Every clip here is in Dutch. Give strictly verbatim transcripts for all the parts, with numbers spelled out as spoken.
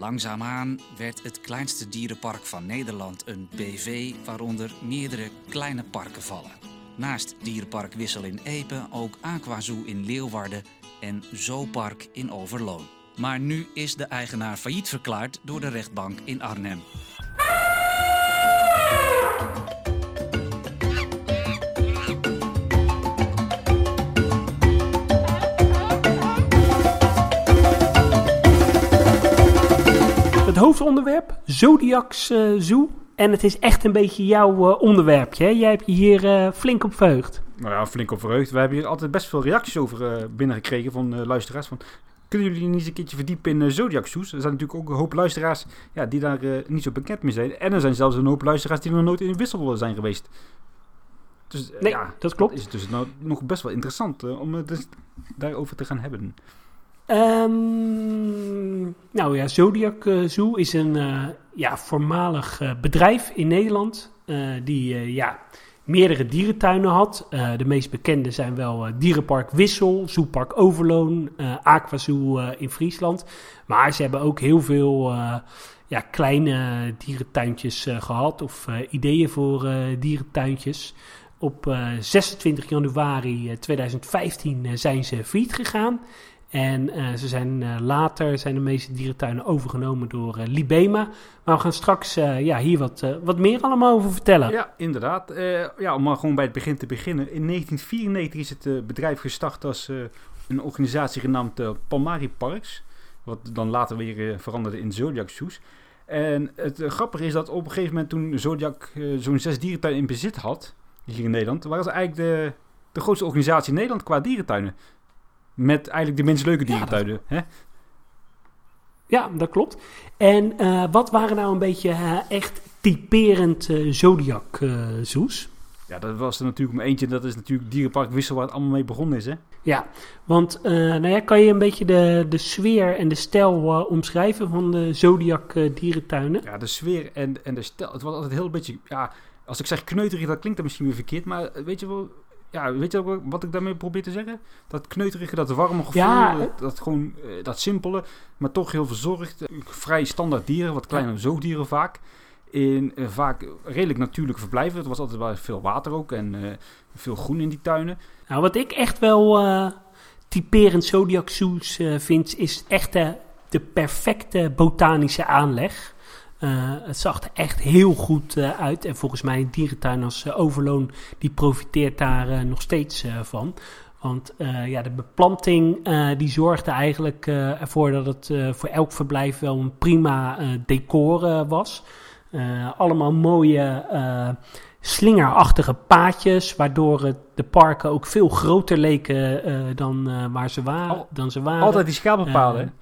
Langzaamaan werd het kleinste dierenpark van Nederland een B V waaronder meerdere kleine parken vallen. Naast Dierenpark Wissel in Epe ook Aquazoo in Leeuwarden en Zoopark in Overloon. Maar nu is de eigenaar failliet verklaard door de rechtbank in Arnhem. Het hoofdonderwerp, Zodiacs uh, Zoo. En het is echt een beetje jouw uh, onderwerpje. Hè? Jij hebt je hier uh, flink op verheugd. Nou ja, flink op verheugd. We hebben hier altijd best veel reacties over uh, binnengekregen van uh, luisteraars. Van, kunnen jullie niet eens een keertje verdiepen in uh, Zodiac Zoos? Er zijn natuurlijk ook een hoop luisteraars ja, die daar uh, niet zo bekend mee zijn. En er zijn zelfs een hoop luisteraars die nog nooit in Wissel zijn geweest. Dus uh, nee, ja, dat klopt. Is het dus nou nog best wel interessant uh, om het dus daarover te gaan hebben. Um, nou ja, Zodiac uh, Zoo is een uh, ja, voormalig uh, bedrijf in Nederland uh, die uh, ja, meerdere dierentuinen had. Uh, de meest bekende zijn wel uh, Dierenpark Wissel, Zoopark Overloon, uh, Aquazoo uh, in Friesland. Maar ze hebben ook heel veel uh, ja, kleine dierentuintjes uh, gehad of uh, ideeën voor uh, dierentuintjes. Op uh, zesentwintig januari tweeduizend vijftien uh, zijn ze failliet gegaan. En uh, ze zijn uh, later zijn de meeste dierentuinen overgenomen door uh, Libema. Maar we gaan straks uh, ja, hier wat, uh, wat meer allemaal over vertellen. Ja, inderdaad. Uh, ja, om maar gewoon bij het begin te beginnen. In negentien vierennegentig is het uh, bedrijf gestart als uh, een organisatie genaamd uh, Palmari Parks. Wat dan later weer uh, veranderde in Zodiac Zoos. En het uh, grappige is dat op een gegeven moment toen Zodiac uh, zo'n zes dierentuinen in bezit had, hier in Nederland, waren ze eigenlijk de, de grootste organisatie in Nederland qua dierentuinen. Met eigenlijk de minst leuke dierentuinen. Ja, dat... ja, dat klopt. En uh, wat waren nou een beetje uh, echt typerend uh, Zodiac uh, Zoos? Ja, dat was er natuurlijk maar eentje. Dat is natuurlijk Dierenpark Wissel waar het allemaal mee begonnen is, hè? Ja, want uh, nou ja, kan je een beetje de, de sfeer en de stijl uh, omschrijven van de Zodiac uh, dierentuinen? Ja, de sfeer en, en de stijl. Het was altijd heel een beetje... Ja, als ik zeg kneuterig, dat klinkt dan misschien weer verkeerd. Maar weet je wel... Ja, weet je wat ik daarmee probeer te zeggen? Dat kneuterige, dat warme gevoel, ja, dat, dat gewoon, dat simpele, maar toch heel verzorgd. Vrij standaard dieren, wat kleine zoogdieren vaak. In uh, vaak redelijk natuurlijke verblijven. Er was altijd wel veel water ook en uh, veel groen in die tuinen. Nou, wat ik echt wel uh, typerend Zodiac Zoos uh, vind, is echt uh, de perfecte botanische aanleg. Uh, het zag er echt heel goed uh, uit. En volgens mij een dierentuin als uh, Overloon, die profiteert daar uh, nog steeds uh, van. Want uh, ja, de beplanting uh, die zorgde eigenlijk uh, ervoor dat het uh, voor elk verblijf wel een prima uh, decor uh, was. Uh, allemaal mooie uh, slingerachtige paadjes, waardoor het, de parken ook veel groter leken uh, dan, uh, waar ze waren, Al, dan ze waren. Altijd die schaalbepalen, uh,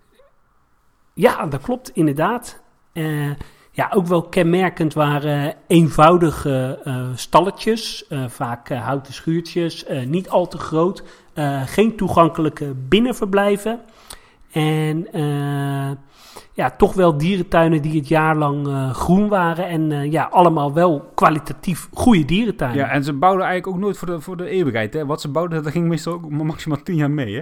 Ja, dat klopt, inderdaad. Uh, ja, ook wel kenmerkend waren eenvoudige uh, stalletjes, uh, vaak uh, houten schuurtjes, uh, niet al te groot, uh, geen toegankelijke binnenverblijven en uh, ja, toch wel dierentuinen die het jaar lang uh, groen waren en uh, ja, allemaal wel kwalitatief goede dierentuinen. Ja, en ze bouwden eigenlijk ook nooit voor de, voor de eeuwigheid, hè? Wat ze bouwden, dat ging meestal ook maximaal tien jaar mee, hè?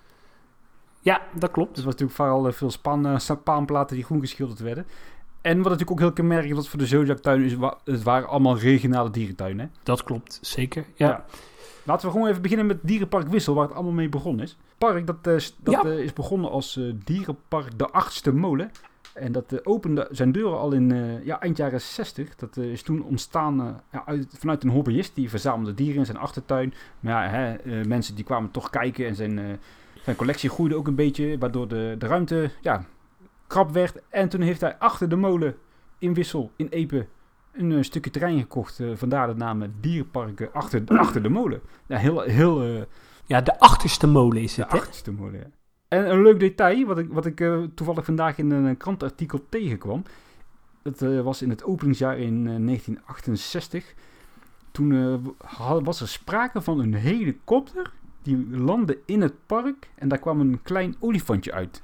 Ja, dat klopt. Er was natuurlijk vooral veel span, spaanplaten die groen geschilderd werden. En wat natuurlijk ook heel kenmerkend was voor de Zodiac-tuinen is, het waren allemaal regionale dierentuinen. Hè? Dat klopt, zeker. Ja. Ja. Laten we gewoon even beginnen met Dierenpark Wissel, waar het allemaal mee begonnen is. Het park dat, uh, dat ja. uh, is begonnen als uh, Dierenpark de Achtste Molen. En dat uh, opende zijn deuren al in uh, ja, eind jaren zestig. Dat uh, is toen ontstaan uh, ja, uit, vanuit een hobbyist die verzamelde dieren in zijn achtertuin. Maar ja, hè, uh, mensen die kwamen toch kijken en zijn... Uh, Zijn collectie groeide ook een beetje, waardoor de, de ruimte ja, krap werd. En toen heeft hij achter de molen in Wissel, in Epe, een uh, stukje terrein gekocht. Uh, vandaar de naam Dierenpark achter, achter de molen. Ja, heel... heel uh, ja, de achterste molen is het, De hè? achterste molen, ja. En een leuk detail, wat ik, wat ik uh, toevallig vandaag in een krantenartikel tegenkwam. Dat uh, was in het openingsjaar in uh, negentien achtenzestig. Toen uh, was er sprake van een helikopter... Die landde in het park en daar kwam een klein olifantje uit.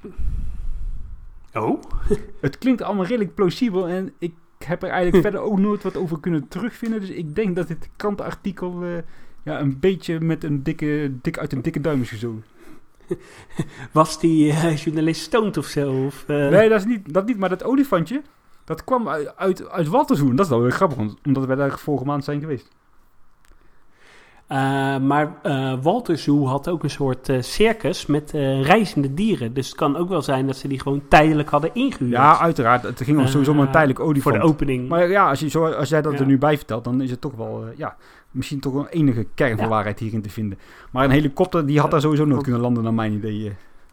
Oh? Het klinkt allemaal redelijk plausibel en ik heb er eigenlijk verder ook nooit wat over kunnen terugvinden. Dus ik denk dat dit krantenartikel uh, ja, een beetje met een dikke, dik uit een dikke duim is gezogen. Was die uh, journalist stoned of zo? Of, uh... Nee, dat is niet, dat niet, maar dat olifantje, dat kwam uit, uit, uit Waltershoen. Dat is wel weer grappig, omdat wij daar vorige maand zijn geweest. Uh, maar uh, Walter Zoo had ook een soort uh, circus met uh, reizende dieren. Dus het kan ook wel zijn dat ze die gewoon tijdelijk hadden ingehuurd. Ja, uiteraard. Het ging om sowieso om een tijdelijk olifant. Voor de opening. Maar ja, als, je zo, als jij dat ja. er nu bij vertelt, dan is het toch wel, uh, ja, misschien toch wel enige kern van ja. waarheid hierin te vinden. Maar een helikopter, die had daar sowieso nooit kunnen landen, naar mijn idee.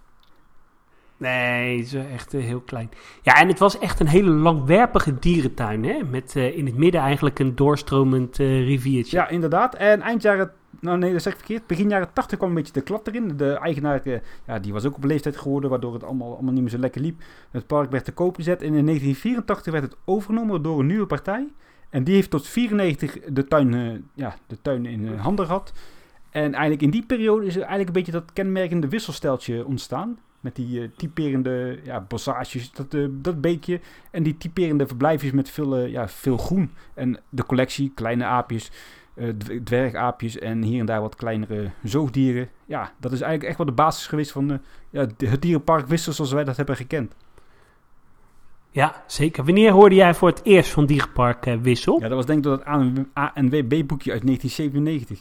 Nee, het is echt uh, heel klein. Ja, en het was echt een hele langwerpige dierentuin, hè? Met uh, in het midden eigenlijk een doorstromend uh, riviertje. Ja, inderdaad. En eind jaren, nou nee, dat zeg ik verkeerd. Begin jaren tachtig kwam een beetje de klap erin. De eigenaar, uh, ja, die was ook op leeftijd geworden, waardoor het allemaal, allemaal niet meer zo lekker liep. Het park werd te koop gezet en in negentien vierentachtig werd het overgenomen door een nieuwe partij. En die heeft tot vierennegentig de tuin, uh, ja, de tuin in uh, handen gehad. En eigenlijk in die periode is er eigenlijk een beetje dat kenmerkende wisselsteltje ontstaan. Met die uh, typerende ja, bossages, dat, uh, dat beekje. En die typerende verblijfjes met veel, uh, ja, veel groen. En de collectie, kleine aapjes, uh, dwergaapjes en hier en daar wat kleinere zoogdieren. Ja, dat is eigenlijk echt wel de basis geweest van uh, ja, het dierenpark Wissel zoals wij dat hebben gekend. Ja, zeker. Wanneer hoorde jij voor het eerst van dierenpark uh, Wissel? Ja, dat was denk ik door dat A N W B-boekje uit negentien zevenennegentig.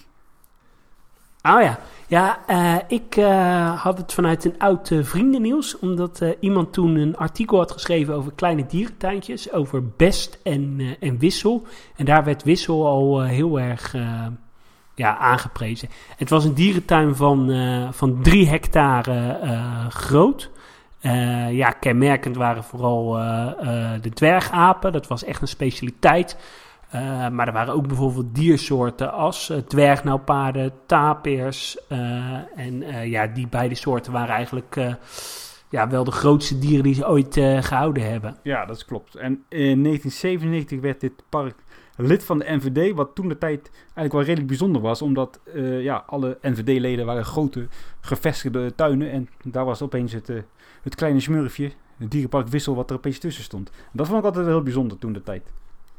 Oh ja, ja uh, ik uh, had het vanuit een oud uh, vriendennieuws, omdat uh, iemand toen een artikel had geschreven over kleine dierentuintjes, over Best en, uh, en Wissel. En daar werd Wissel al uh, heel erg uh, ja, aangeprezen. Het was een dierentuin van, uh, van drie hectare uh, groot. Uh, ja, kenmerkend waren vooral uh, uh, de dwergapen, dat was echt een specialiteit. Uh, maar er waren ook bijvoorbeeld diersoorten als uh, dwergnauwpaarden, tapirs. Uh, en uh, ja, die beide soorten waren eigenlijk uh, ja, wel de grootste dieren die ze ooit uh, gehouden hebben. Ja, dat klopt. En in negentien zevenennegentig werd dit park lid van de N V D, wat toen de tijd eigenlijk wel redelijk bijzonder was. Omdat uh, ja, alle N V D-leden waren grote gevestigde tuinen. En daar was opeens het, uh, het kleine smurfje, het dierenpark Wissel, wat er opeens tussen stond. En dat vond ik altijd wel heel bijzonder toen de tijd.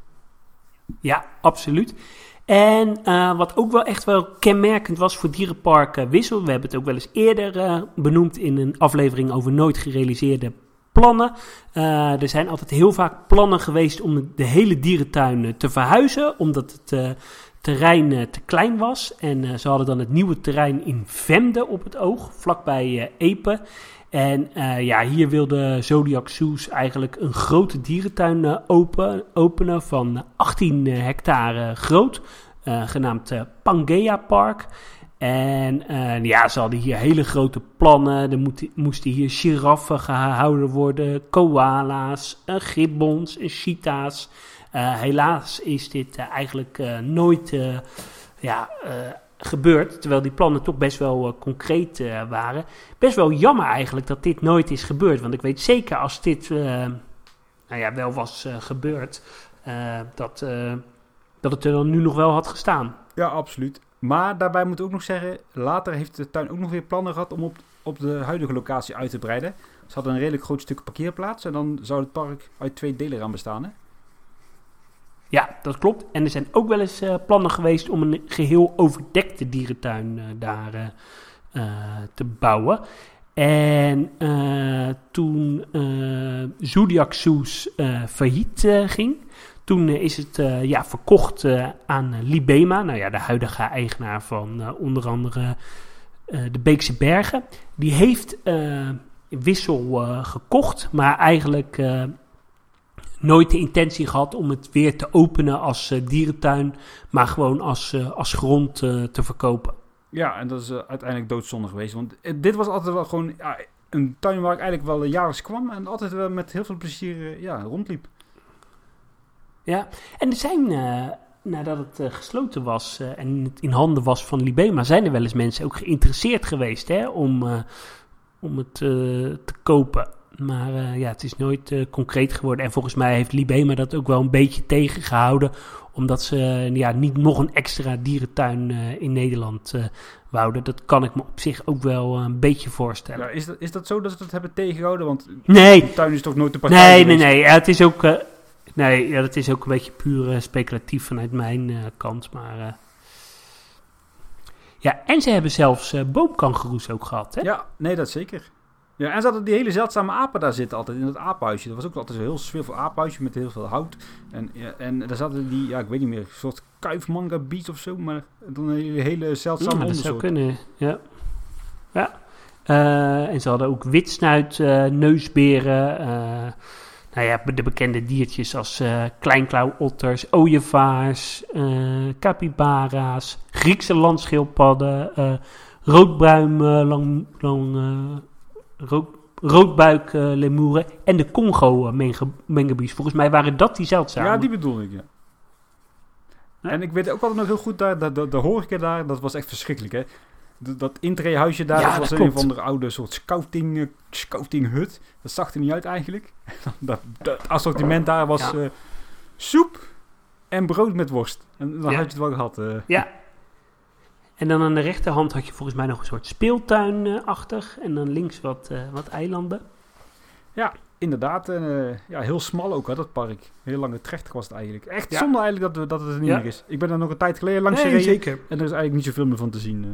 Ja, absoluut. En uh, wat ook wel echt wel kenmerkend was voor dierenpark uh, Wissel, we hebben het ook wel eens eerder uh, benoemd in een aflevering over nooit gerealiseerde plannen. Uh, er zijn altijd heel vaak plannen geweest om de hele dierentuin uh, te verhuizen, omdat het uh, terrein uh, te klein was. En uh, ze hadden dan het nieuwe terrein in Vemde op het oog, vlakbij uh, Epe. En uh, ja, hier wilde Zodiac Zoos eigenlijk een grote dierentuin uh, open, openen van achttien hectare groot, uh, genaamd uh, Pangea Park. En uh, ja, ze hadden hier hele grote plannen. Er moet, moesten hier giraffen gehouden worden, koala's, uh, gibbons en cheetahs. Uh, helaas is dit uh, eigenlijk uh, nooit uh, ja, uh, gebeurd, terwijl die plannen toch best wel uh, concreet uh, waren. Best wel jammer eigenlijk dat dit nooit is gebeurd, want ik weet zeker als dit uh, nou ja, wel was uh, gebeurd, uh, dat, uh, dat het er dan nu nog wel had gestaan. Ja, absoluut. Maar daarbij moet ik ook nog zeggen, later heeft de tuin ook nog weer plannen gehad om op, op de huidige locatie uit te breiden. Ze hadden een redelijk groot stuk parkeerplaats en dan zou het park uit twee delen gaan bestaan, hè? Ja, dat klopt. En er zijn ook wel eens uh, plannen geweest om een geheel overdekte dierentuin uh, daar uh, uh, te bouwen. En uh, toen uh, Zodiac Zoos uh, failliet uh, ging, toen uh, is het uh, ja, verkocht uh, aan Libema, nou ja, de huidige eigenaar van uh, onder andere uh, de Beekse Bergen. Die heeft uh, Wissel uh, gekocht, maar eigenlijk Uh, nooit de intentie gehad om het weer te openen als uh, dierentuin, maar gewoon als, uh, als grond uh, te verkopen. Ja, en dat is uh, uiteindelijk doodzonde geweest. Want uh, dit was altijd wel gewoon ja, een tuin waar ik eigenlijk wel uh, jaarlijks kwam en altijd wel met heel veel plezier uh, ja, rondliep. Ja, en er zijn, uh, nadat het uh, gesloten was uh, en het in handen was van Libema, zijn er wel eens mensen ook geïnteresseerd geweest hè, om, uh, om het uh, te kopen. Maar uh, ja, het is nooit uh, concreet geworden. En volgens mij heeft Libema dat ook wel een beetje tegengehouden. Omdat ze uh, ja, niet nog een extra dierentuin uh, in Nederland uh, wouden. Dat kan ik me op zich ook wel uh, een beetje voorstellen. Ja, is, dat, is dat zo dat ze dat hebben tegengehouden? Want nee. de tuin is toch nooit de partij Nee, geweest? nee, nee. Ja, het is ook, uh, nee, ja, dat is ook een beetje puur uh, speculatief vanuit mijn uh, kant. Maar uh, Ja, en ze hebben zelfs uh, boomkangoeroes ook gehad, hè? Ja, nee, dat zeker. Ja, en ze hadden die hele zeldzame apen daar zitten altijd, in dat apenhuisje. Dat was ook altijd een heel sfeervol apenhuisje met heel veel hout. En, ja, en daar zaten die, ja, ik weet niet meer, een soort kuifmanga beast of zo, maar dan een hele, hele zeldzame ja, dat ondersoort. zou kunnen, ja. Ja. Uh, en ze hadden ook witsnuit, uh, neusberen, uh, nou ja, de bekende diertjes als uh, kleinklauwotters, ooievaars, uh, capybara's, Griekse landschildpadden, uh, roodbruin uh, lang, lang uh, rood, roodbuiklemoeren uh, en de Congo-mengebies. Uh, Volgens mij waren dat die zeldzame. Ja, die bedoel ik, ja. ja. En ik weet ook altijd nog heel goed, daar, de, de, de horeca daar, dat was echt verschrikkelijk, hè. Dat, dat intreehuisje daar, ja, dat was dat een van de oude soort scouting, uh, scoutinghut. Dat zag er niet uit eigenlijk. dat, dat assortiment daar was ja. uh, soep en brood met worst. En dan ja. had je het wel gehad. Uh. Ja. En dan aan de rechterhand had je volgens mij nog een soort speeltuin-achtig. En dan links wat, uh, wat eilanden. Ja, inderdaad. Uh, ja, heel smal ook, hè, dat park. Heel langetrektig was het eigenlijk. Echt ja. zonde eigenlijk dat, dat het er niet ja. meer is. Ik ben er nog een tijd geleden langs nee, gereden. Zeker. En er is eigenlijk niet zoveel meer van te zien. Uh.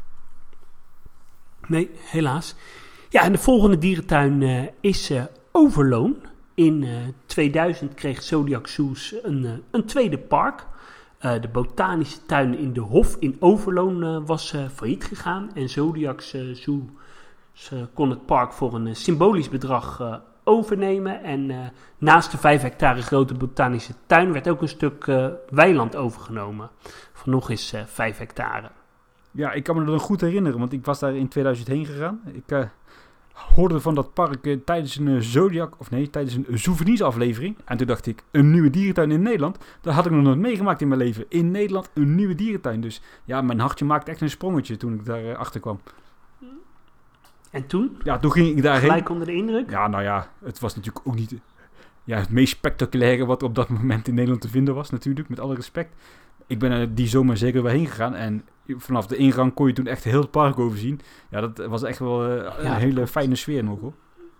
Nee, helaas. Ja, en de volgende dierentuin uh, is uh, Overloon. In uh, tweeduizend kreeg Zodiac Zoos een, uh, een tweede park. Uh, de botanische tuin in de Hof in Overloon uh, was uh, failliet gegaan. En Zodiac uh, Zoo uh, kon het park voor een uh, symbolisch bedrag uh, overnemen. En uh, naast de vijf hectare grote botanische tuin werd ook een stuk uh, weiland overgenomen. Van nog eens uh, vijf hectare. Ja, ik kan me dat goed herinneren, want ik was daar in tweeduizend heen gegaan. Ik uh, hoorde van dat park uh, tijdens een uh, Zodiac, of nee, tijdens een uh, souvenirsaflevering. En toen dacht ik, een nieuwe dierentuin in Nederland? Dat had ik nog nooit meegemaakt in mijn leven. In Nederland een nieuwe dierentuin. Dus ja, mijn hartje maakte echt een sprongetje toen ik daar uh, achter kwam. En toen? Ja, toen ging ik daarheen. Gelijk onder de indruk? Ja, nou ja, het was natuurlijk ook niet ja, het meest spectaculaire wat er op dat moment in Nederland te vinden was natuurlijk, met alle respect. Ik ben er die zomer zeker wel heen gegaan en vanaf de ingang kon je toen echt heel het park overzien. Ja, dat was echt wel uh, ja, een hele fijne sfeer nog, hoor.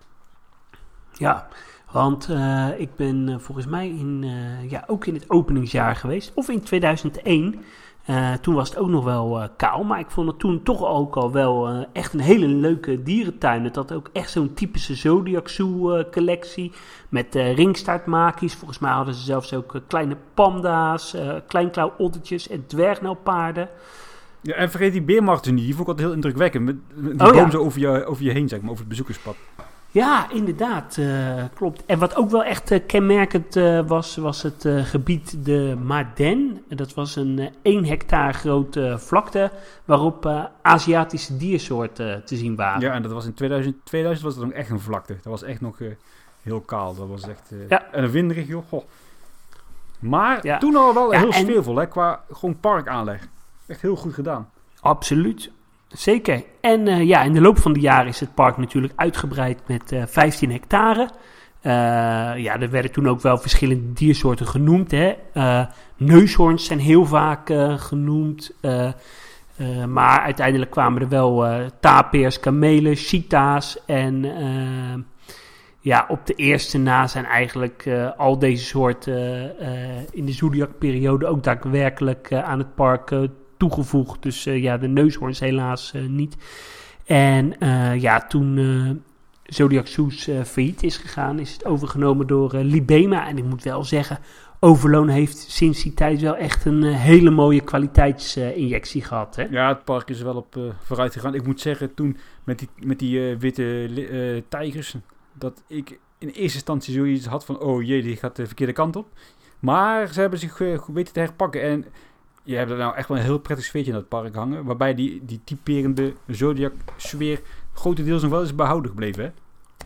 Ja, want uh, ik ben uh, volgens mij in, uh, ja, ook in het openingsjaar geweest, of in tweeduizend één. Uh, toen was het ook nog wel uh, kaal, maar ik vond het toen toch ook al wel uh, echt een hele leuke dierentuin. Het had ook echt zo'n typische Zodiac Zoo uh, collectie met uh, ringstaartmakies. Volgens mij hadden ze zelfs ook uh, kleine panda's, uh, kleinklauwottertjes en dwergnelpaarden. Ja, en vergeet die beermarkten niet, die vond ik altijd heel indrukwekkend. Met, met die oh, boom ja. zo over je, over je heen, zeg maar, over het bezoekerspad. Ja, inderdaad, uh, klopt. En wat ook wel echt uh, kenmerkend uh, was, was het uh, gebied de Maden. Dat was een uh, één hectare grote vlakte waarop uh, Aziatische diersoorten uh, te zien waren. Ja, en dat was in tweeduizend, tweeduizend was dat nog echt een vlakte. Dat was echt nog uh, heel kaal. Dat was echt... Uh, ja. En een winderig, joh. Goh. Maar ja. toen al wel ja, heel en... sfeervol, hè, qua gewoon parkaanleg. Echt heel goed gedaan. Absoluut. Zeker. En uh, ja, in de loop van de jaren is het park natuurlijk uitgebreid met uh, vijftien hectare. Uh, ja, er werden toen ook wel verschillende diersoorten genoemd. Hè. Uh, neushoorns zijn heel vaak uh, genoemd. Uh, uh, maar uiteindelijk kwamen er wel uh, tapirs, kamelen, cheetahs. En uh, ja, op de eerste na zijn eigenlijk uh, al deze soorten uh, in de Zodiac-periode ook daadwerkelijk uh, aan het park uh, toegevoegd. Dus uh, ja, de neushoorns helaas uh, niet. En uh, ja, toen uh, Zodiac Zoos uh, failliet is gegaan, is het overgenomen door uh, Libema. En ik moet wel zeggen, Overloon heeft sinds die tijd wel echt een uh, hele mooie kwaliteitsinjectie uh, gehad. Hè? Ja, het park is er wel op uh, vooruit gegaan. Ik moet zeggen, toen met die, met die uh, witte uh, tijgers, dat ik in eerste instantie zoiets had van, oh jee, die gaat de verkeerde kant op. Maar ze hebben zich uh, weten te herpakken en je hebt er nou echt wel een heel prettig sfeertje in dat park hangen. Waarbij die, die typerende Zodiac-sfeer grotendeels nog wel eens behouden gebleven, hè?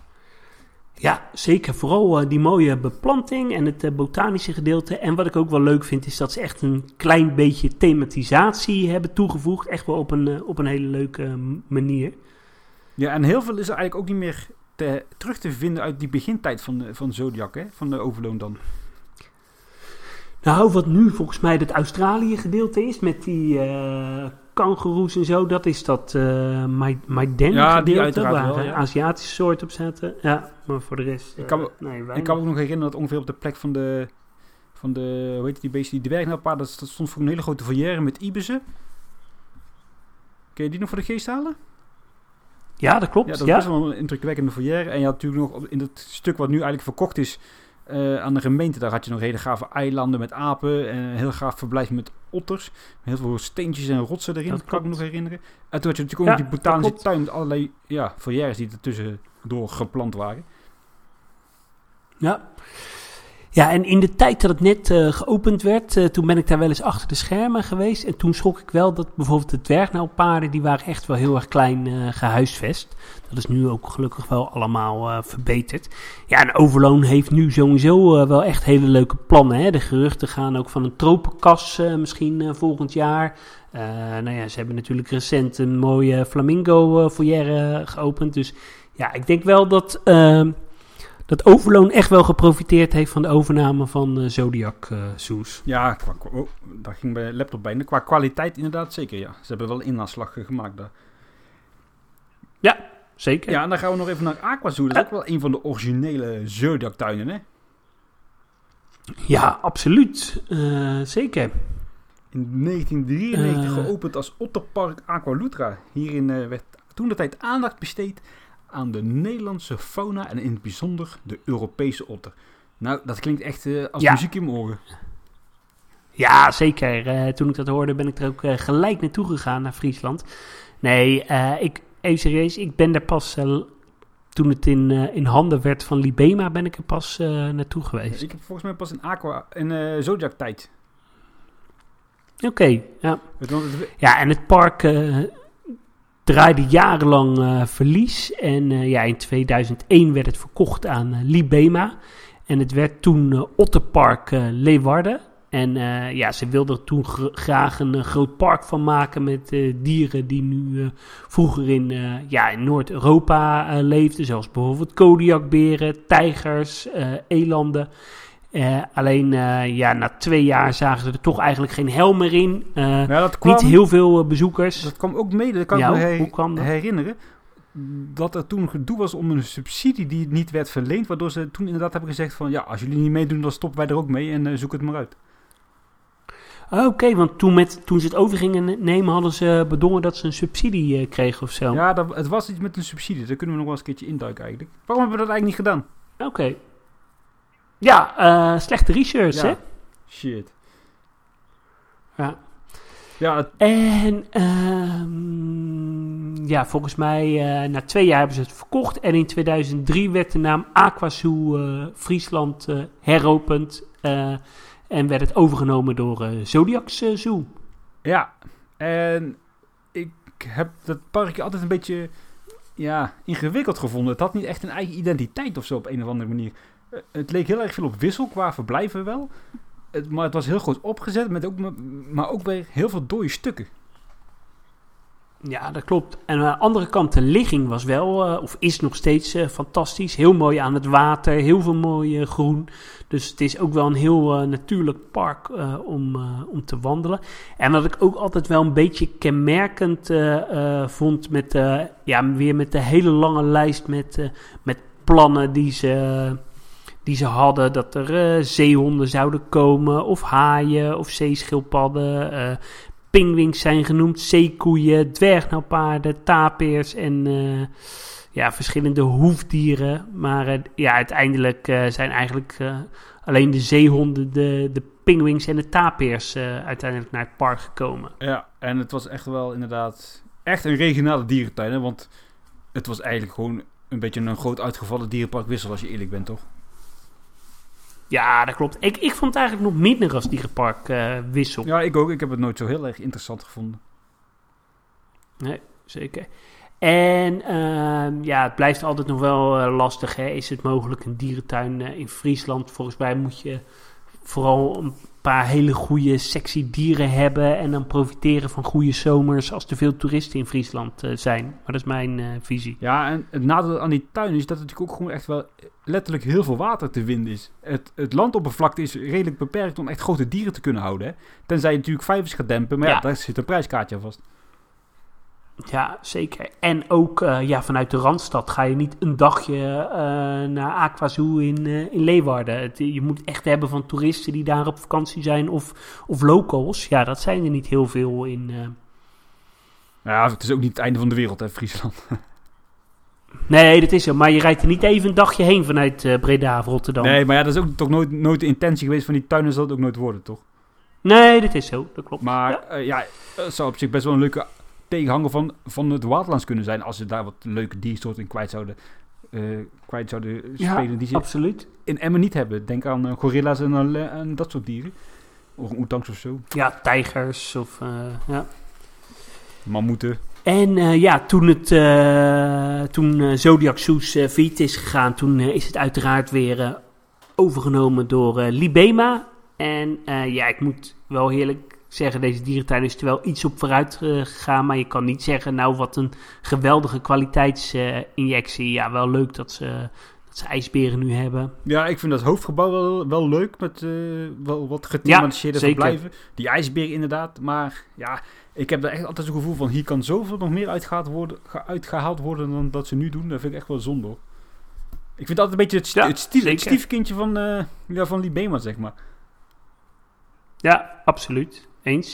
Ja, zeker. Vooral uh, die mooie beplanting en het uh, botanische gedeelte. En wat ik ook wel leuk vind, is dat ze echt een klein beetje thematisatie hebben toegevoegd. Echt wel op een, uh, op een hele leuke uh, manier. Ja, en heel veel is er eigenlijk ook niet meer te, terug te vinden uit die begintijd van, van Zodiac, hè? Van de Overloon dan. Nou, wat nu volgens mij het Australië gedeelte is, met die uh, kangoeroes en zo, dat is dat uh, Maiden ja, gedeelte, waar wel, ja. Aziatische soorten op zaten. Ja, maar voor de rest... Uh, ik, kan me, nee, ik kan me ook nog herinneren dat ongeveer op de plek van de, van de hoe heet die beesten, die dwergnelpaard, dat stond voor een hele grote volière met ibissen. Kun je die nog voor de geest halen? Ja, dat klopt. Ja, dat is ja. best wel een indrukwekkende foyer. En je had natuurlijk nog op- in het stuk wat nu eigenlijk verkocht is uh, aan de gemeente, daar had je nog hele gave eilanden met apen en een heel gaaf verblijf met otters. Heel veel steentjes en rotsen erin, Dat dat kan ik me klopt. nog herinneren. En toen had je natuurlijk ook Ja, nog die dat botanische klopt. tuin met allerlei ja, foyers die ertussen door geplant waren. Ja. Ja, en in de tijd dat het net uh, geopend werd, uh, toen ben ik daar wel eens achter de schermen geweest. En toen schrok ik wel dat bijvoorbeeld de dwergnauwpaarden, die waren echt wel heel erg klein uh, gehuisvest. Dat is nu ook gelukkig wel allemaal uh, verbeterd. Ja, en Overloon heeft nu sowieso uh, wel echt hele leuke plannen. Hè? De geruchten gaan ook van een tropenkas uh, misschien uh, volgend jaar. Uh, nou ja, ze hebben natuurlijk recent een mooie flamingo uh, foyer uh, geopend. Dus ja, ik denk wel dat... Uh, Dat Overloon echt wel geprofiteerd heeft van de overname van uh, Zodiac uh, Zoos. Ja, qua, oh, daar ging bij laptop bij. Qua kwaliteit inderdaad zeker, ja. Ze hebben wel een inlaatslag gemaakt daar. Ja, zeker. Ja, en dan gaan we nog even naar Aquazoo. Dat is ook wel een van de originele Zodiac tuinen, hè? Ja, absoluut. Uh, zeker. In negentien drieënnegentig Uh. geopend als Otterpark Aqualutra. Hierin uh, werd toen de tijd aandacht besteed aan de Nederlandse fauna en in het bijzonder de Europese otter. Nou, dat klinkt echt uh, als Ja. muziek in mijn oren. Ja, zeker. Uh, toen ik dat hoorde ben ik er ook uh, gelijk naartoe gegaan, naar Friesland. Nee, uh, ik, even serieus, ik ben daar pas... Uh, toen het in, uh, in handen werd van Libema, ben ik er pas uh, naartoe geweest. Ik heb volgens mij pas in Aqua in uh, Zodiac tijd. Oké, okay, ja. Het, want het, Ja, en het park uh, draaide jarenlang uh, verlies. En uh, ja, in tweeduizend één werd het verkocht aan uh, Libema. En het werd toen uh, Otterpark uh, Leeuwarden. En uh, ja, ze wilden er toen gr- graag een uh, groot park van maken met uh, dieren die nu uh, vroeger in, uh, ja, in Noord-Europa uh, leefden. Zoals bijvoorbeeld Kodiakberen, tijgers, uh, elanden. Uh, alleen uh, ja, na twee jaar zagen ze er toch eigenlijk geen hel meer in. Uh, ja, dat kwam, niet heel veel uh, bezoekers. Dat kwam ook mede, dat kan Ja, ik me her- hoe kwam dat? herinneren. Dat er toen gedoe was om een subsidie die niet werd verleend. Waardoor ze toen inderdaad hebben gezegd van... Ja, als jullie niet meedoen, dan stoppen wij er ook mee en uh, zoek het maar uit. Oké, okay, want toen, met, toen ze het over gingen nemen, hadden ze bedongen dat ze een subsidie uh, kregen of zo. Ja, dat, het was iets met een subsidie. Daar kunnen we nog wel eens een keertje induiken eigenlijk. Waarom hebben we dat eigenlijk niet gedaan? Oké. Okay. Ja, uh, slechte research, ja. hè? Shit. Ja. Ja, het, En uh, ja, volgens mij uh, na twee jaar hebben ze het verkocht. En in tweeduizend drie werd de naam Aquazoo uh, Friesland uh, heropend. Uh, en werd het overgenomen door uh, Zodiac uh, Zoo. ja, en ik heb dat parkje altijd een beetje ja, ingewikkeld gevonden. Het had niet echt een eigen identiteit of zo op een of andere manier. Uh, het leek heel erg veel op Wissel qua verblijven wel. Het, maar het was heel goed opgezet, met ook, maar ook weer heel veel dode stukken. Ja, dat klopt. En aan de andere kant, de ligging was wel, uh, of is nog steeds uh, fantastisch. Heel mooi aan het water, heel veel mooi uh, groen. Dus het is ook wel een heel uh, natuurlijk park uh, om, uh, om te wandelen. En wat ik ook altijd wel een beetje kenmerkend uh, uh, vond, met, uh, ja, weer met de hele lange lijst met, uh, met plannen die ze... Uh, die ze hadden, dat er uh, zeehonden zouden komen, of haaien, of zeeschildpadden. Uh, pinguïns zijn genoemd, zeekoeien, dwergnauwpaarden, tapirs en uh, ja, verschillende hoefdieren. Maar uh, ja, uiteindelijk uh, zijn eigenlijk uh, alleen de zeehonden, de, de pinguïns en de tapirs uh, uiteindelijk naar het park gekomen. Ja, en het was echt wel inderdaad echt een regionale dierentuin, hè? Want het was eigenlijk gewoon een beetje een groot uitgevallen dierenpark Wissel, als je eerlijk bent, toch? Ja, dat klopt. Ik, ik vond het eigenlijk nog minder als dierenpark uh, Wissel. Ja, ik ook. Ik heb het nooit zo heel erg interessant gevonden. Nee, zeker. En uh, ja, het blijft altijd nog wel uh, lastig. Hè? Is het mogelijk een dierentuin uh, in Friesland? Volgens mij moet je vooral een paar hele goede, sexy dieren hebben. En dan profiteren van goede zomers als er veel toeristen in Friesland uh, zijn. Maar dat is mijn uh, visie. Ja, en het nadeel aan die tuin is dat er natuurlijk ook gewoon echt wel letterlijk heel veel water te vinden is. Het, het landoppervlakte is redelijk beperkt om echt grote dieren te kunnen houden. Hè? Tenzij je natuurlijk vijvers gaat dempen, maar ja, ja daar zit een prijskaartje aan vast. Ja, zeker. En ook uh, ja, vanuit de Randstad ga je niet een dagje uh, naar Aquazoo in, uh, in Leeuwarden. Het, je moet echt hebben van toeristen die daar op vakantie zijn of, of locals. Ja, dat zijn er niet heel veel in, uh, Ja, het is ook niet het einde van de wereld, hè, Friesland. Nee, dat is zo. Maar je rijdt er niet even een dagje heen vanuit uh, Breda of Rotterdam. Nee, maar ja, dat is ook toch nooit, nooit de intentie geweest van die tuinen, zal het ook nooit worden, toch? Nee, dat is zo. Dat klopt. Maar ja, uh, ja het zou op zich best wel een leuke tegenhanger van, van het Waterlands kunnen zijn, als ze daar wat leuke diersoorten in kwijt zouden, uh, kwijt zouden spelen. Ja, die ze absoluut. in Emmen niet hebben. Denk aan uh, gorilla's en, uh, en dat soort dieren. Of oetangs of zo. Ja, tijgers of... Uh, ja. Mammoeten. En uh, ja, toen, het, uh, toen uh, Zodiac Zoos uh, failliet is gegaan, toen uh, is het uiteraard weer uh, overgenomen door uh, Libema. En uh, ja, ik moet wel eerlijk zeggen, deze dierentuin is er wel iets op vooruit uh, gegaan. Maar je kan niet zeggen, nou wat een geweldige kwaliteitsinjectie. Uh, ja, wel leuk dat ze, dat ze ijsberen nu hebben. Ja, ik vind dat hoofdgebouw wel, wel leuk, met uh, wel wat gethematiseerde ja, verblijven. Die ijsberen inderdaad, maar ja... Ik heb er echt altijd zo'n gevoel van, hier kan zoveel nog meer uitgehaald worden, uitgehaald worden dan dat ze nu doen. Dat vind ik echt wel zonde. Ik vind het altijd een beetje het, st- ja, het, stief, het stiefkindje van, uh, ja, van Libema, zeg maar. Ja, absoluut. Eens.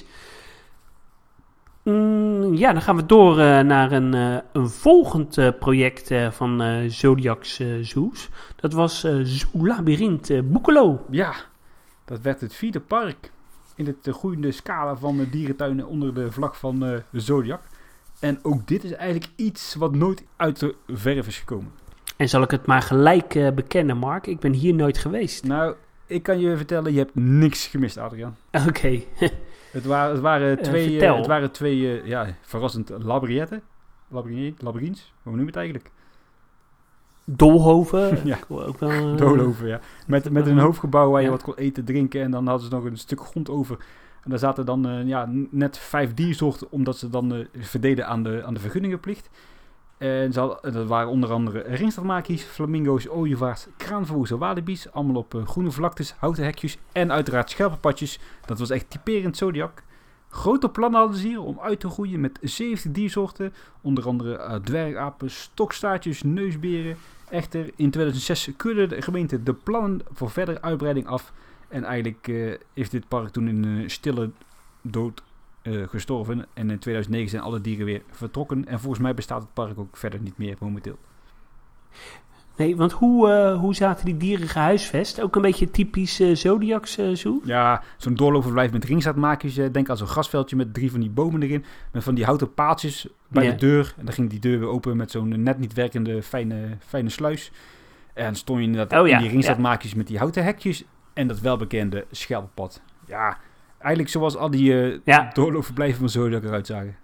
Mm, ja, dan gaan we door uh, naar een, uh, een volgend uh, project uh, van uh, Zodiac's uh, Zoos. Dat was uh, Zoo Labyrinth uh, Boekelo. Ja, dat werd het vierde park in het uh, groeiende scala van uh, dierentuinen onder de vlag van uh, Zodiac. En ook dit is eigenlijk iets wat nooit uit de verf is gekomen. En zal ik het maar gelijk uh, bekennen, Mark? Ik ben hier nooit geweest. Nou, ik kan je vertellen, je hebt niks gemist, Adriaan. Oké. Okay. het, waren, het waren twee, uh, uh, het waren twee uh, ja, verrassend labyrinthen. Labyrinth, labyrinths, hoe noem je het eigenlijk? Dolhoven. ja, ook wel, uh, Dolhoven, ja. Met, met een hoofdgebouw waar je ja. wat kon eten, drinken en dan hadden ze nog een stuk grond over. En daar zaten dan uh, ja, net vijf diersoorten, omdat ze dan uh, verdeden aan de, aan de vergunningenplicht. En ze hadden, dat waren onder andere ringstaartmakies, flamingo's, ooievaars, kraanvozen, walibi's. Allemaal op uh, groene vlaktes, houten hekjes en uiteraard schelpenpadjes. Dat was echt typerend Zodiac. Grote plannen hadden ze hier om uit te groeien met zeventig diersoorten. Onder andere uh, dwergapen, stokstaartjes, neusberen. Echter, in tweeduizend zes keurde de gemeente de plannen voor verdere uitbreiding af. En eigenlijk uh, is dit park toen in een stille dood uh, gestorven. En in tweeduizend negen zijn alle dieren weer vertrokken. En volgens mij bestaat het park ook verder niet meer momenteel. Nee, want hoe, uh, hoe zaten die dieren gehuisvest? Ook een beetje typisch uh, Zodiac's uh, zoo? Ja, zo'n doorloopverblijf met ringstaartmaakjes. Uh, denk aan zo'n grasveldje met drie van die bomen erin. Met van die houten paaltjes bij ja. de deur. En dan ging die deur weer open met zo'n net niet werkende fijne, fijne sluis. En dan stond je inderdaad oh, ja. in die ringstaartmaakjes ja. met die houten hekjes. En dat welbekende schelpenpad. Ja, eigenlijk zoals al die uh, ja. doorloopverblijven van Zodiac eruit zagen.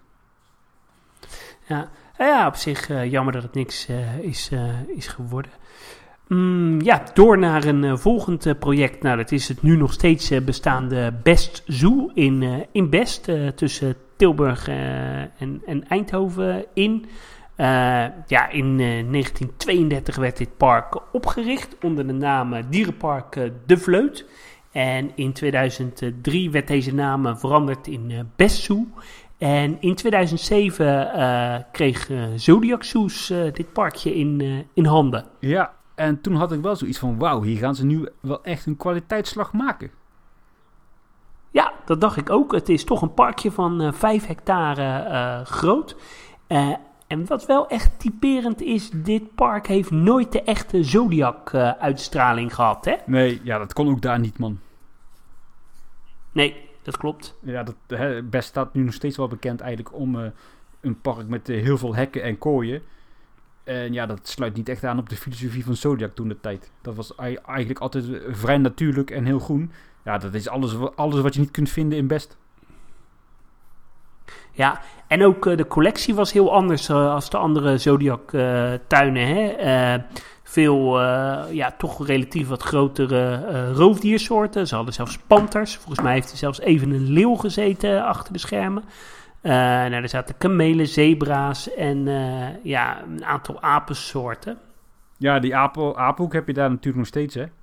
Ja. Ja, op zich uh, jammer dat het niks uh, is, uh, is geworden. Mm, ja, door naar een uh, volgend uh, project. Nou, dat is het nu nog steeds uh, bestaande Best Zoo in, uh, in Best. Uh, tussen Tilburg uh, en, en Eindhoven in. Uh, ja, in uh, negentien tweeëndertig werd dit park opgericht onder de naam uh, Dierenpark uh, De Vleut. En in tweeduizend drie werd deze naam veranderd in uh, Best Zoo. En in tweeduizend zeven uh, kreeg uh, Zodiac Zoos uh, dit parkje in, uh, in handen. Ja, en toen had ik wel zoiets van, wauw, hier gaan ze nu wel echt een kwaliteitsslag maken. Ja, dat dacht ik ook. Het is toch een parkje van uh, vijf hectare uh, groot. Uh, en wat wel echt typerend is, dit park heeft nooit de echte Zodiac uh, uitstraling gehad, hè? Nee, ja, dat kon ook daar niet, man. Nee. Dat klopt. Ja, dat, hè, Best staat nu nog steeds wel bekend eigenlijk om uh, een park met uh, heel veel hekken en kooien. En ja, dat sluit niet echt aan op de filosofie van Zodiac toen de tijd. Dat was I- eigenlijk altijd uh, vrij natuurlijk en heel groen. Ja, dat is alles, alles wat je niet kunt vinden in Best. Ja, en ook uh, de collectie was heel anders uh, als de andere Zodiac uh, tuinen, hè. Uh, Veel, uh, ja, toch relatief wat grotere uh, roofdiersoorten. Ze hadden zelfs panters. Volgens mij heeft er zelfs even een leeuw gezeten achter de schermen. Uh, nou, er zaten kamelen, zebra's en uh, ja, een aantal apensoorten. Ja, die apen, apenhoek heb je daar natuurlijk nog steeds, hè?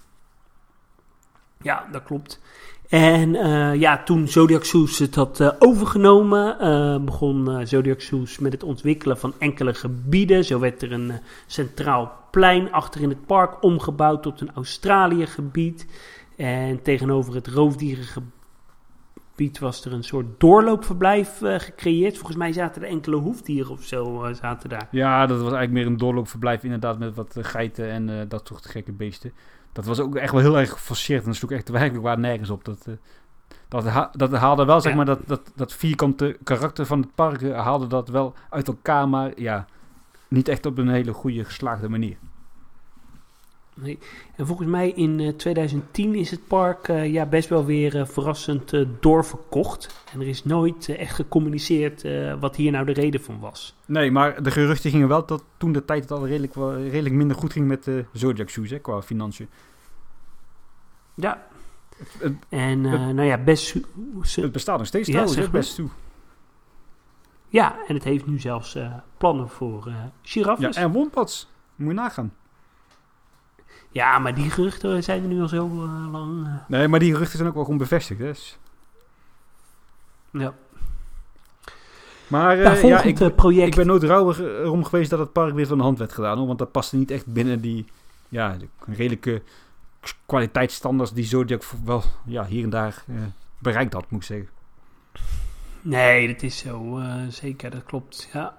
Ja, dat klopt. En uh, ja, toen Zodiac Zoos het had uh, overgenomen, uh, begon uh, Zodiac Zoos met het ontwikkelen van enkele gebieden. Zo werd er een uh, centraal plein achter in het park omgebouwd tot een Australië-gebied. En tegenover het roofdierengebied gebied was er een soort doorloopverblijf uh, gecreëerd. Volgens mij zaten er enkele hoefdieren of zo uh, zaten daar. Ja, dat was eigenlijk meer een doorloopverblijf inderdaad met wat uh, geiten en uh, dat soort gekke beesten. Dat was ook echt wel heel erg geforceerd en dat sloeg echt werkelijk waar nergens op. Dat, uh, dat, ha- dat haalde wel, zeg ja. maar, dat, dat, dat vierkante karakter van het park uh, haalde dat wel uit elkaar, maar ja, niet echt op een hele goede geslaagde manier. Nee. En volgens mij in uh, twintig tien is het park uh, ja, best wel weer uh, verrassend uh, doorverkocht. En er is nooit uh, echt gecommuniceerd uh, wat hier nou de reden van was. Nee, maar de geruchten gingen wel dat toen de tijd het al redelijk, wel, redelijk minder goed ging met de uh, Zodiac Shoes, hè, qua financiën. Ja. Het, het, en uh, het, nou ja, best... Su- het bestaat nog steeds ja, trouwens, zeg best toe. Ja, en het heeft nu zelfs uh, plannen voor uh, giraffes. Ja, en wompads. Moet je nagaan. Ja, maar die geruchten zijn er nu al zo uh, lang. Uh... Nee, maar die geruchten zijn ook wel gewoon bevestigd. Dus. Ja. Maar uh, ja, ja, ik, uh, project. ik ben nooit rouwig erom geweest dat het park weer van de hand werd gedaan. Hoor, want dat paste niet echt binnen die ja, de redelijke kwaliteitsstandaards die Zodiac wel ja, hier en daar uh, bereikt had, moet ik zeggen. Nee, dat is zo. Uh, zeker, dat klopt. Ja.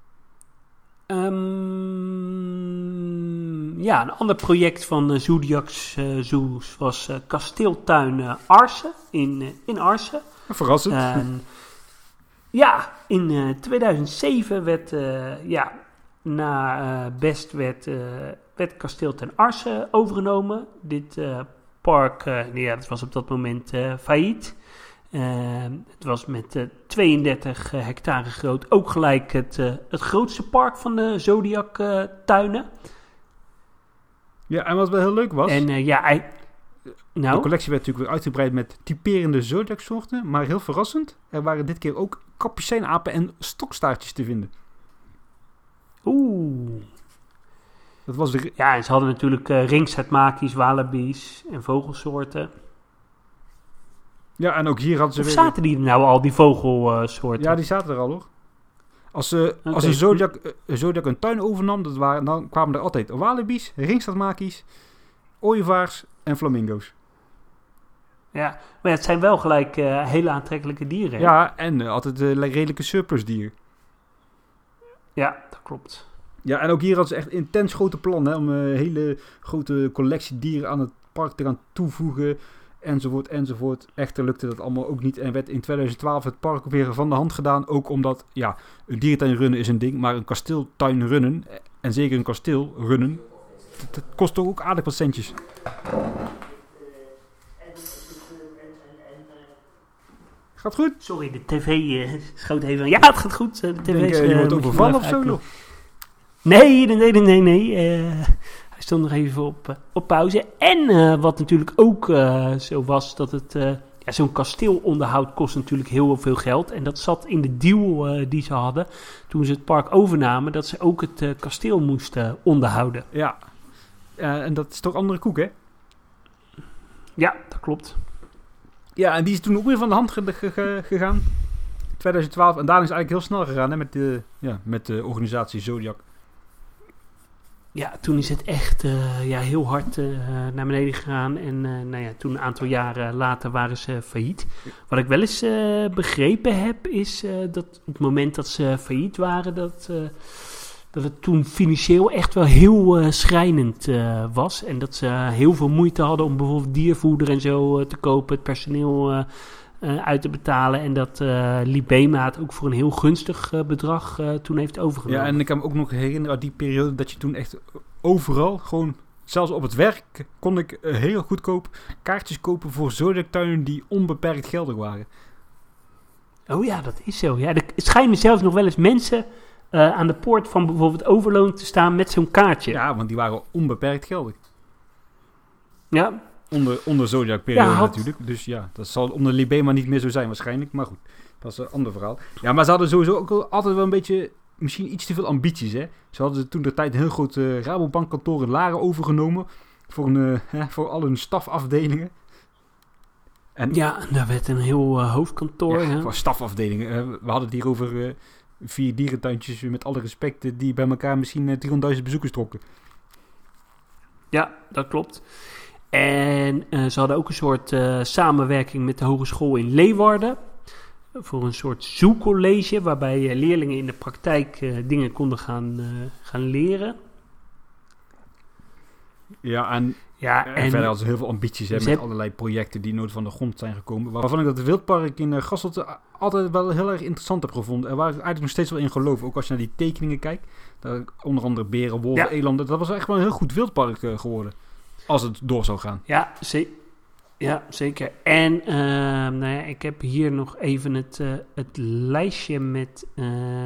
Um, ja, een ander project van uh, Zodiac's uh, Zoos was uh, kasteeltuin uh, Arse in, uh, in Arse. Verrassend. Uh, ja, in uh, tweeduizend zeven werd, uh, ja, na uh, Best werd, uh, werd kasteeltuin Arse overgenomen. Dit uh, park, uh, ja, dat was op dat moment uh, failliet. Uh, het was met uh, tweeëndertig uh, hectare groot. Ook gelijk het, uh, het grootste park van de Zodiac uh, tuinen. Ja, en wat wel heel leuk was... En uh, ja, I... nou? De collectie werd natuurlijk weer uitgebreid met typerende Zodiac soorten. Maar heel verrassend, er waren dit keer ook kapucijnapen en stokstaartjes te vinden. Oeh. Dat was de... Ja, en ze hadden natuurlijk uh, ringsetmakies, wallabies en vogelsoorten. Ja, en ook hier hadden ze of weer... zaten die nou al, die vogelsoorten? Ja, die zaten er al, hoor. Als, uh, okay. als een Zodiac, uh, Zodiac een tuin overnam, dat waren, dan kwamen er altijd wallabies, ringstaartmakies, ooievaars en flamingo's. Ja, maar het zijn wel gelijk uh, hele aantrekkelijke dieren. Hè? Ja, en uh, altijd uh, redelijke surplusdieren. Ja, dat klopt. Ja, en ook hier hadden ze echt intens grote plannen, hè, om een uh, hele grote collectie dieren aan het park te gaan toevoegen. Enzovoort, enzovoort. Echter lukte dat allemaal ook niet. En werd in tweeduizend twaalf het park weer van de hand gedaan. Ook omdat, ja, een dierentuin runnen is een ding. Maar een kasteeltuin runnen, en zeker een kasteel runnen, dat, dat kost toch ook aardig wat centjes. Gaat goed? Sorry, de tv uh, schoot even aan. Ja, het gaat goed. De T V Denk, is, uh, je uh, wordt overvallen of zo, joh? Nee, nee, nee, nee, nee. Uh, hij stond nog even op, uh, op pauze. En uh, wat natuurlijk ook uh, zo was, dat het... Uh, ja, zo'n kasteelonderhoud kost natuurlijk heel veel geld. En dat zat in de deal uh, die ze hadden toen ze het park overnamen, dat ze ook het uh, kasteel moesten onderhouden. Ja, uh, en dat is toch andere koek, hè? Ja, dat klopt. Ja, en die is toen ook weer van de hand ge- ge- ge- gegaan. tweeduizend twaalf. En daarna is het eigenlijk heel snel gegaan, hè, met de, ja, met de organisatie Zodiac. Ja, toen is het echt uh, ja, heel hard uh, naar beneden gegaan. En uh, nou ja, toen een aantal jaren later waren ze failliet. Wat ik wel eens uh, begrepen heb, is uh, dat op het moment dat ze failliet waren, dat, uh, dat het toen financieel echt wel heel uh, schrijnend uh, was. En dat ze uh, heel veel moeite hadden om bijvoorbeeld diervoeder en zo uh, te kopen, het personeel uh, uh, uit te betalen. En dat uh, Libema het ook voor een heel gunstig uh, bedrag uh, toen heeft overgenomen. Ja, en ik kan me ook nog herinneren uit die periode dat je toen echt overal, gewoon zelfs op het werk, kon ik uh, heel goedkoop kaartjes kopen voor Zodiac-tuinen die onbeperkt geldig waren. Oh ja, dat is zo. Ja, er schijnen zelfs nog wel eens mensen uh, aan de poort van bijvoorbeeld Overloon te staan met zo'n kaartje. Ja, want die waren onbeperkt geldig. Ja. Onder, onder Zodiac-periode ja, had... natuurlijk. Dus ja, dat zal onder Libema niet meer zo zijn waarschijnlijk. Maar goed, dat is een ander verhaal. Ja, maar ze hadden sowieso ook altijd wel een beetje, misschien iets te veel ambities, hè. Ze hadden toen de tijd een heel groot uh, Rabobankkantoor in Laren overgenomen. Voor, een, uh, voor al hun stafafdelingen. En, ja, daar werd een heel uh, hoofdkantoor. Ja, hè? voor stafafdelingen. Uh, we hadden het hier over uh, vier dierentuintjes, met alle respect, uh, die bij elkaar misschien uh, driehonderdduizend bezoekers trokken. Ja, dat klopt. En uh, ze hadden ook een soort uh, samenwerking met de hogeschool in Leeuwarden. Voor een soort zoekcollege waarbij uh, leerlingen in de praktijk uh, dingen konden gaan, uh, gaan leren. Ja, en, ja, en, en verder hadden ze heel veel ambities hè, met heb... allerlei projecten die nooit van de grond zijn gekomen. Waarvan ik dat het wildpark in uh, Gasselte altijd wel heel erg interessant heb gevonden. En waar ik eigenlijk nog steeds wel in geloof. Ook als je naar die tekeningen kijkt. Daar, onder andere beren, wolven, ja. elanden. Dat was echt wel een heel goed wildpark uh, geworden. Als het door zou gaan. Ja, ze- ja zeker. En uh, nou ja, ik heb hier nog even het, uh, het lijstje met uh,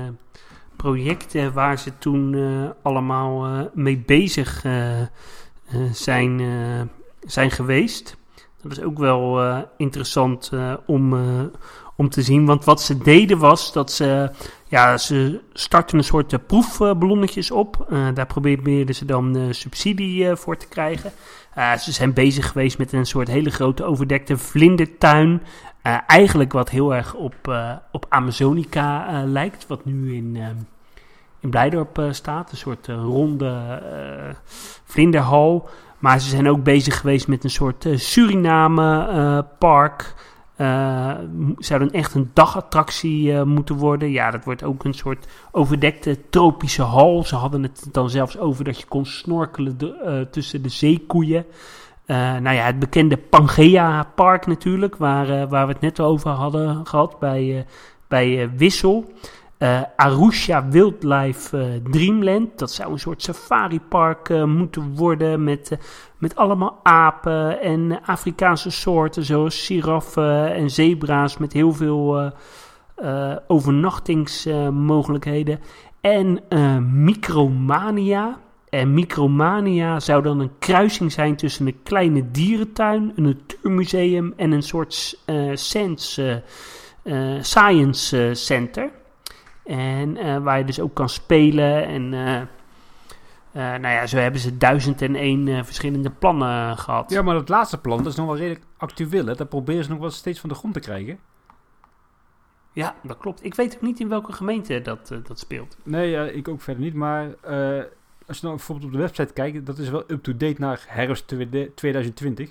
projecten waar ze toen uh, allemaal uh, mee bezig uh, uh, zijn, uh, zijn geweest. Dat is ook wel uh, interessant uh, om, uh, om te zien. Want wat ze deden was dat ze... Ja, ze starten een soort uh, proefballonnetjes op. Uh, daar probeerden ze dan uh, subsidie uh, voor te krijgen. Uh, ze zijn bezig geweest met een soort hele grote overdekte vlindertuin. Uh, eigenlijk wat heel erg op, uh, op Amazonica uh, lijkt. Wat nu in, uh, in Blijdorp uh, staat. Een soort uh, ronde uh, vlinderhal. Maar ze zijn ook bezig geweest met een soort uh, Suriname uh, park. Uh, zou dan echt een dagattractie uh, moeten worden. Ja, dat wordt ook een soort overdekte tropische hal. Ze hadden het dan zelfs over dat je kon snorkelen de, uh, tussen de zeekoeien. Uh, nou ja, het bekende Pangea Park natuurlijk, waar, uh, waar we het net over hadden gehad bij, uh, bij uh, Wissel. Uh, Arusha Wildlife uh, Dreamland, dat zou een soort safaripark uh, moeten worden met, uh, met allemaal apen en uh, Afrikaanse soorten zoals giraffen en zebra's met heel veel uh, uh, overnachtingsmogelijkheden. Uh, en uh, Micromania. En Micromania zou dan een kruising zijn tussen een kleine dierentuin, een natuurmuseum en een soort uh, sense, uh, uh, science uh, center. En uh, waar je dus ook kan spelen. En uh, uh, nou ja, zo hebben ze duizend en één uh, verschillende plannen gehad. Ja, maar dat laatste plan, dat is nog wel redelijk actueel. Hè? Dat proberen ze nog wel steeds van de grond te krijgen. Ja, dat klopt. Ik weet ook niet in welke gemeente dat, uh, dat speelt. Nee, uh, ik ook verder niet. Maar uh, als je nou bijvoorbeeld op de website kijkt, dat is wel up-to-date naar herfst twintig twintig.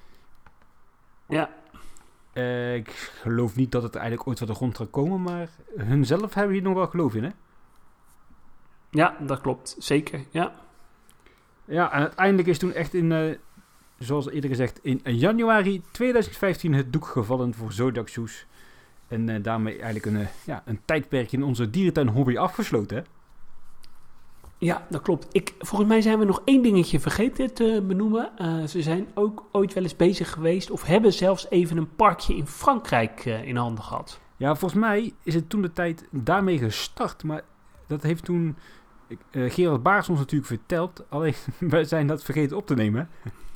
Ja. Uh, ik geloof niet dat het eigenlijk ooit van de grond gaat komen, maar hunzelf hebben hier nog wel geloof in, hè? Ja, dat klopt. Zeker, ja. Ja, en uiteindelijk is toen echt in, uh, zoals eerder gezegd, in januari twintig vijftien het doek gevallen voor Zodiac Zoos. En uh, daarmee eigenlijk een, uh, ja, een tijdperk in onze dierentuin hobby afgesloten, hè? Ja, dat klopt. Ik, volgens mij zijn we nog één dingetje vergeten te benoemen. Uh, ze zijn ook ooit wel eens bezig geweest of hebben zelfs even een parkje in Frankrijk uh, in handen gehad. Ja, volgens mij is het toen de tijd daarmee gestart. Maar dat heeft toen uh, Gerard Baars ons natuurlijk verteld. Alleen, wij zijn dat vergeten op te nemen.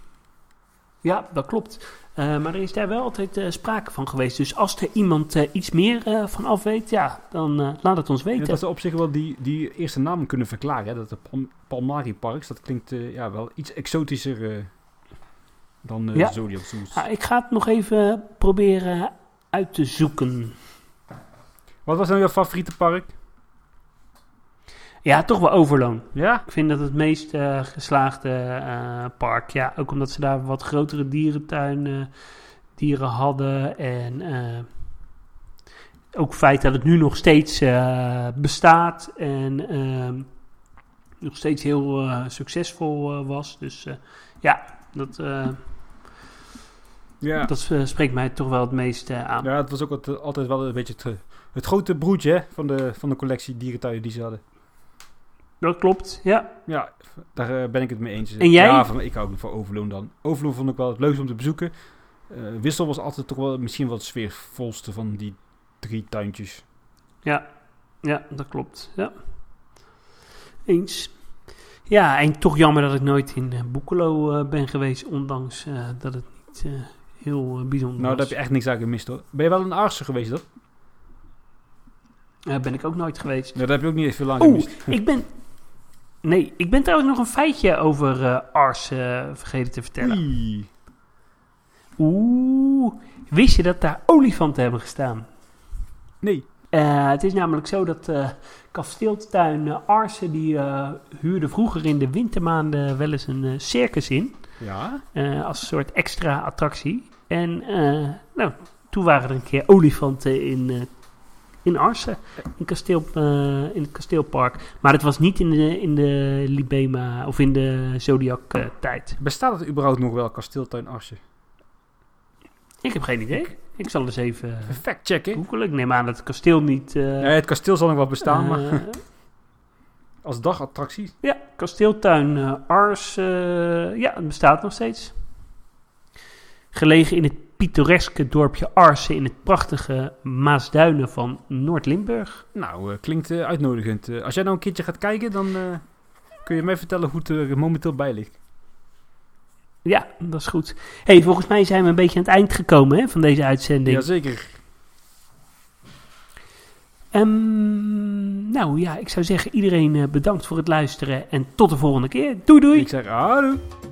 Ja, dat klopt. Uh, maar er is daar wel altijd uh, sprake van geweest. Dus als er iemand uh, iets meer uh, van af weet, ja, dan uh, laat het ons weten. Ja, dat ze op zich wel die, die eerste naam kunnen verklaren. Hè? Dat de Palm- Palmari Parks, dat klinkt uh, ja, wel iets exotischer uh, dan uh, ja. Zodiac Zoos. Ja, ik ga het nog even proberen uit te zoeken. Wat was nou jouw favoriete park? Ja, toch wel Overloon. Ja? Ik vind dat het meest uh, geslaagde uh, park. Ja, ook omdat ze daar wat grotere dierentuin uh, dieren hadden. En uh, ook het feit dat het nu nog steeds uh, bestaat. En uh, nog steeds heel uh, succesvol uh, was. Dus uh, ja, dat, uh, ja. dat uh, spreekt mij toch wel het meest uh, aan. Ja, het was ook het, altijd wel een beetje het, het grote broertje hè, van, de, van de collectie dierentuinen die ze hadden. Dat klopt, ja. Ja, daar uh, ben ik het mee eens. En jij? Ja, van, ik hou ook van Overloon dan. Overloon vond ik wel het leukste om te bezoeken. Uh, Wissel was altijd toch wel misschien wel het sfeervolste van die drie tuintjes. Ja, ja, dat klopt. Ja. Eens. Ja, en toch jammer dat ik nooit in uh, Boekelo uh, ben geweest, ondanks uh, dat het niet uh, heel uh, bijzonder nou, was. daar heb je echt niks aan gemist hoor. Ben je wel een Arsen geweest dan? Uh, ben ik ook nooit geweest. Ja, daar heb je ook niet echt veel aan Oeh, gemist. ik ben... Nee, ik ben trouwens nog een feitje over uh, Ars uh, vergeten te vertellen. Oei. Oeh, wist je dat daar olifanten hebben gestaan? Nee. Uh, het is namelijk zo dat uh, kasteeltuin uh, Arsen, die uh, huurde vroeger in de wintermaanden wel eens een uh, circus in. Ja? Uh, als een soort extra attractie. En uh, nou, toen waren er een keer olifanten in, uh, in Arsen. In, kasteel, uh, in het kasteelpark. Maar het was niet in de, in de Libema of in de Zodiac uh, tijd. Bestaat het überhaupt nog wel, kasteeltuin Arsen? Ik heb geen idee. Ik zal eens even fact checken. googelen. Ik neem aan dat het kasteel niet... Uh, nee, het kasteel zal nog wel bestaan, uh, maar... als dagattractie? Ja, kasteeltuin uh, Ars. Uh, ja, het bestaat nog steeds. Gelegen in het pittoreske dorpje Arsen in het prachtige Maasduinen van Noord-Limburg. Nou, uh, klinkt uh, uitnodigend. Uh, als jij nou een keertje gaat kijken, dan uh, kun je mij vertellen hoe het er momenteel bij ligt. Ja, dat is goed. Hey, volgens mij zijn we een beetje aan het eind gekomen hè, van deze uitzending. Jazeker. Um, nou ja, ik zou zeggen iedereen uh, bedankt voor het luisteren en tot de volgende keer. Doei doei! Ik zeg, hallo!